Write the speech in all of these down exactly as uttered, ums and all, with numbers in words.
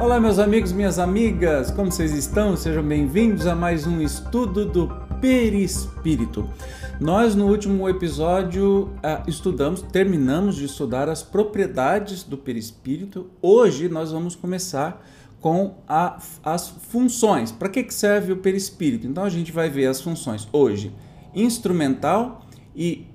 Olá meus amigos, minhas amigas, como vocês estão? Sejam bem-vindos a mais um estudo do perispírito. Nós no último episódio uh, estudamos, terminamos de estudar as propriedades do perispírito. Hoje nós vamos começar com a, as funções. Para que, que serve o perispírito? Então a gente vai ver as funções hoje: instrumental e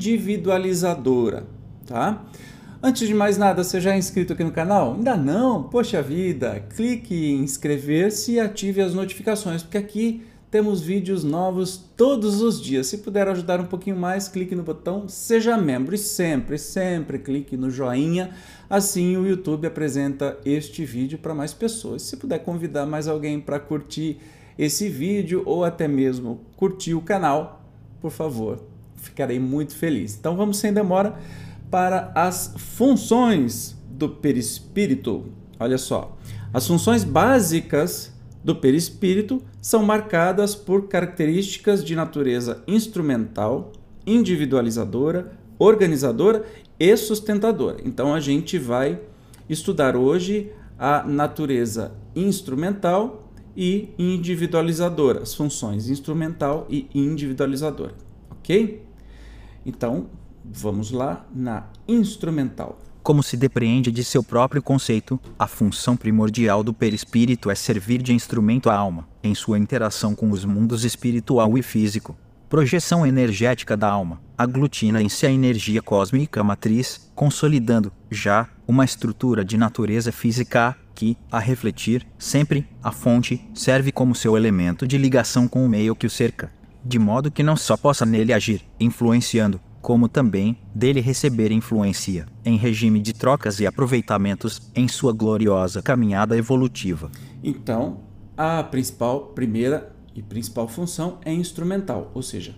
individualizadora, tá? Antes de mais nada, você já é inscrito aqui no canal? Ainda não? Poxa vida! Clique em inscrever-se e ative as notificações, porque aqui temos vídeos novos todos os dias. Se puder ajudar um pouquinho mais, clique no botão Seja Membro e sempre, sempre clique no joinha. Assim o YouTube apresenta este vídeo para mais pessoas. Se puder convidar mais alguém para curtir esse vídeo ou até mesmo curtir o canal, por favor, ficarei muito feliz. Então vamos sem demora para as funções do perispírito. Olha só, as funções básicas do perispírito são marcadas por características de natureza instrumental, individualizadora, organizadora e sustentadora. Então a gente vai estudar hoje a natureza instrumental e individualizadora, as funções instrumental e individualizadora, ok? Então vamos lá na instrumental. Como se depreende de seu próprio conceito, a função primordial do perispírito é servir de instrumento à alma, em sua interação com os mundos espiritual e físico. Projeção energética da alma, aglutina em si a energia cósmica matriz, consolidando, já, uma estrutura de natureza física que, a refletir, sempre, a fonte, serve como seu elemento de ligação com o meio que o cerca, de modo que não só possa nele agir, influenciando, como também dele receber influência, em regime de trocas e aproveitamentos, em sua gloriosa caminhada evolutiva. Então, a principal, primeira e principal função é instrumental, ou seja,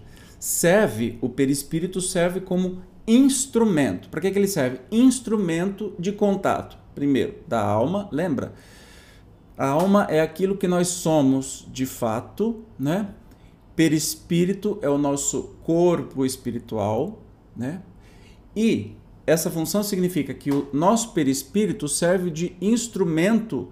serve, o perispírito serve como instrumento. Para que, que ele serve? Instrumento de contato, primeiro, da alma, lembra? A alma é aquilo que nós somos de fato, né? Perispírito é o nosso corpo espiritual, né? E essa função significa que o nosso perispírito serve de instrumento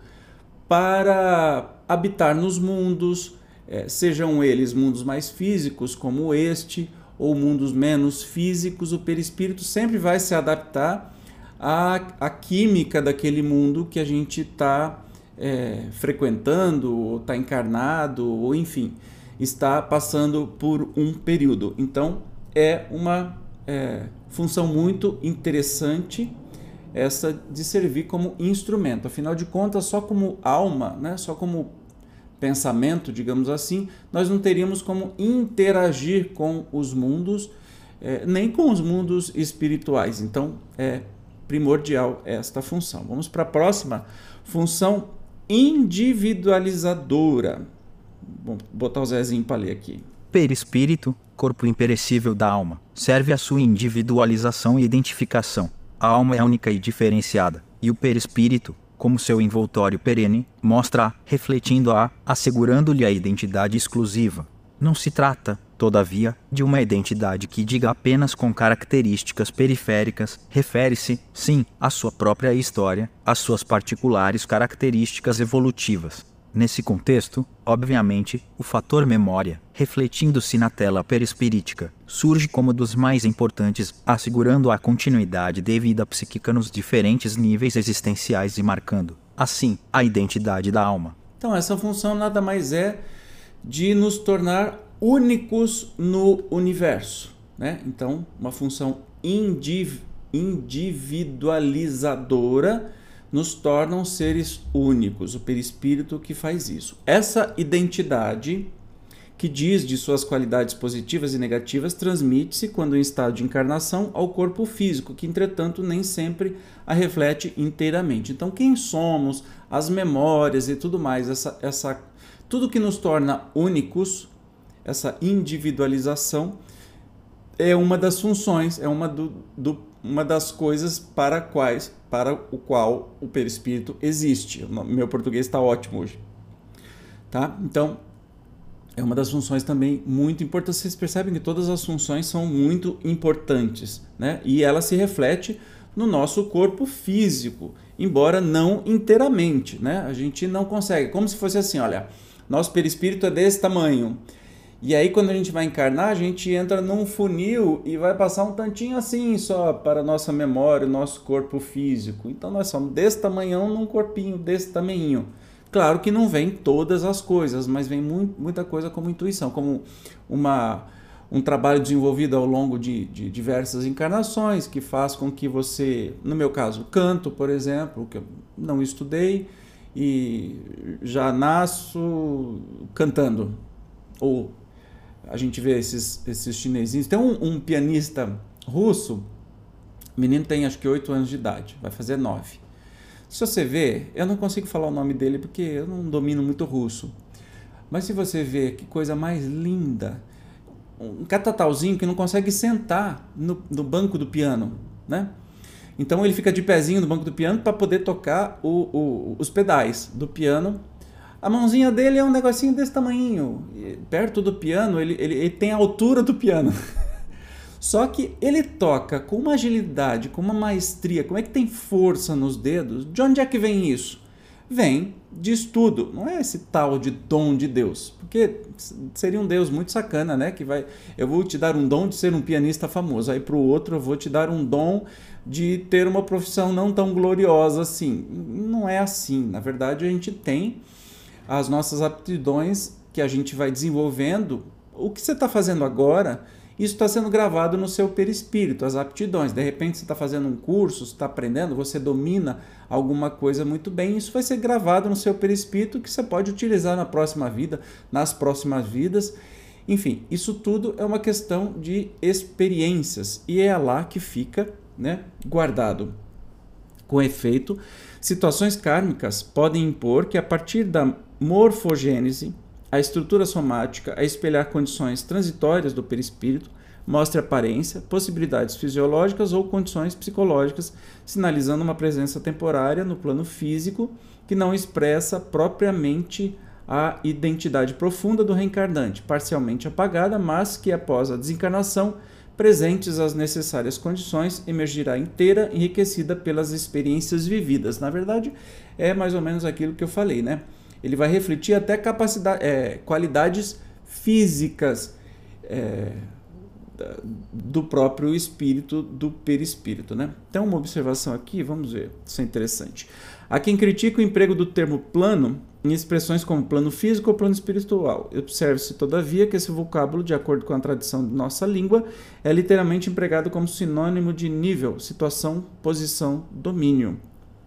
para habitar nos mundos, eh, sejam eles mundos mais físicos como este, ou mundos menos físicos. O perispírito sempre vai se adaptar à, à química daquele mundo que a gente está eh, frequentando, ou está encarnado, ou enfim, está passando por um período. Então é uma é, função muito interessante essa de servir como instrumento. Afinal de contas, só como alma, né, só como pensamento, digamos assim, nós não teríamos como interagir com os mundos, é, nem com os mundos espirituais. Então é primordial esta função. Vamos para a próxima função: individualizadora. Vou botar o Zezinho para ler aqui. Perispírito, corpo imperecível da alma, serve à sua individualização e identificação. A alma é única e diferenciada, e o perispírito, como seu envoltório perene, mostra-a, refletindo-a, assegurando-lhe a identidade exclusiva. Não se trata, todavia, de uma identidade que diga apenas com características periféricas, refere-se, sim, à sua própria história, às suas particulares características evolutivas. Nesse contexto, obviamente, o fator memória, refletindo-se na tela perispirítica, surge como dos mais importantes, assegurando a continuidade devida psíquica nos diferentes níveis existenciais e marcando, assim, a identidade da alma. Então, essa função nada mais é de nos tornar únicos no universo, né? Então, uma função indiv- individualizadora nos tornam seres únicos, o perispírito que faz isso. Essa identidade, que diz de suas qualidades positivas e negativas, transmite-se, quando em estado de encarnação, ao corpo físico, que entretanto nem sempre a reflete inteiramente. Então quem somos, as memórias e tudo mais, essa, essa, tudo que nos torna únicos, essa individualização, é uma das funções, é uma, do, do, uma das coisas para quais, para o qual o perispírito existe. O meu português está ótimo hoje. Tá? Então, é uma das funções também muito importantes. Vocês percebem que todas as funções são muito importantes, né? E ela se reflete no nosso corpo físico, embora não inteiramente, né? A gente não consegue, como se fosse assim, olha, nosso perispírito é desse tamanho. E aí quando a gente vai encarnar, a gente entra num funil e vai passar um tantinho assim só para a nossa memória, o nosso corpo físico. Então nós somos desse tamanhão num corpinho desse tamanhinho. Claro que não vem todas as coisas, mas vem muito, muita coisa como intuição, como uma, um trabalho desenvolvido ao longo de, de diversas encarnações, que faz com que você, no meu caso, canto, por exemplo, que eu não estudei e já nasço cantando. Ou a gente vê esses, esses chinesinhos. Tem um, um pianista russo, o menino tem acho que oito anos de idade, vai fazer nove. Se você vê, eu não consigo falar o nome dele porque eu não domino muito russo. Mas se você vê, que coisa mais linda. Um catatauzinho que não consegue sentar no, no banco do piano, né? Então ele fica de pezinho no banco do piano para poder tocar o, o, os pedais do piano. A mãozinha dele é um negocinho desse tamanhinho. Perto do piano, ele, ele, ele tem a altura do piano. Só que ele toca com uma agilidade, com uma maestria. Como é que tem força nos dedos? De onde é que vem isso? Vem de estudo. Não é esse tal de dom de Deus. Porque seria um Deus muito sacana, né? Que vai, eu vou te dar um dom de ser um pianista famoso. Aí para o outro eu vou te dar um dom de ter uma profissão não tão gloriosa assim. Não é assim. Na verdade, a gente tem as nossas aptidões que a gente vai desenvolvendo. O que você está fazendo agora, isso está sendo gravado no seu perispírito, as aptidões. De repente você está fazendo um curso, você está aprendendo, você domina alguma coisa muito bem, isso vai ser gravado no seu perispírito que você pode utilizar na próxima vida, nas próximas vidas. Enfim, isso tudo é uma questão de experiências e é lá que fica, né, guardado. Com efeito, situações kármicas podem impor que a partir da morfogênese, a estrutura somática a espelhar condições transitórias do perispírito, mostre aparência, possibilidades fisiológicas ou condições psicológicas, sinalizando uma presença temporária no plano físico que não expressa propriamente a identidade profunda do reencarnante, parcialmente apagada, mas que após a desencarnação, presentes as necessárias condições, emergirá inteira, enriquecida pelas experiências vividas. Na verdade, é mais ou menos aquilo que eu falei, né? Ele vai refletir até capacidade, é, qualidades físicas é, do próprio espírito, do perispírito, né? Então, uma observação aqui, vamos ver, isso é interessante. Há quem critica o emprego do termo plano em expressões como plano físico ou plano espiritual. Observe-se, todavia, que esse vocábulo, de acordo com a tradição de nossa língua, é literalmente empregado como sinônimo de nível, situação, posição, domínio.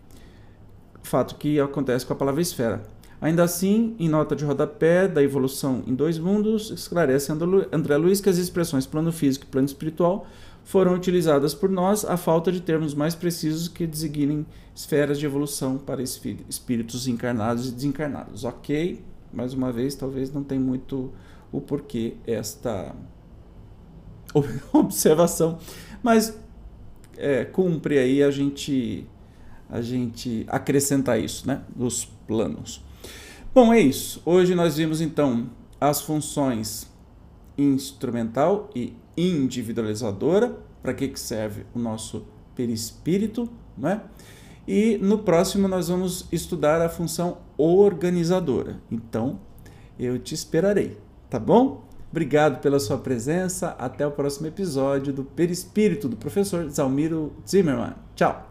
Fato que acontece com a palavra esfera. Ainda assim, em nota de rodapé da evolução em dois mundos, esclarece André Luiz que as expressões plano físico e plano espiritual foram utilizadas por nós à falta de termos mais precisos que designem esferas de evolução para espíritos encarnados e desencarnados. Ok, mais uma vez, talvez não tenha muito o porquê esta observação, mas é, cumpre aí a gente, a gente acrescentar isso, né, dos planos. Bom, é isso. Hoje nós vimos então as funções instrumental e individualizadora, para que, que serve o nosso perispírito, né? E no próximo nós vamos estudar a função organizadora. Então, eu te esperarei, tá bom? Obrigado pela sua presença. Até o próximo episódio do Perispírito, do professor Zalmiro Zimmermann. Tchau!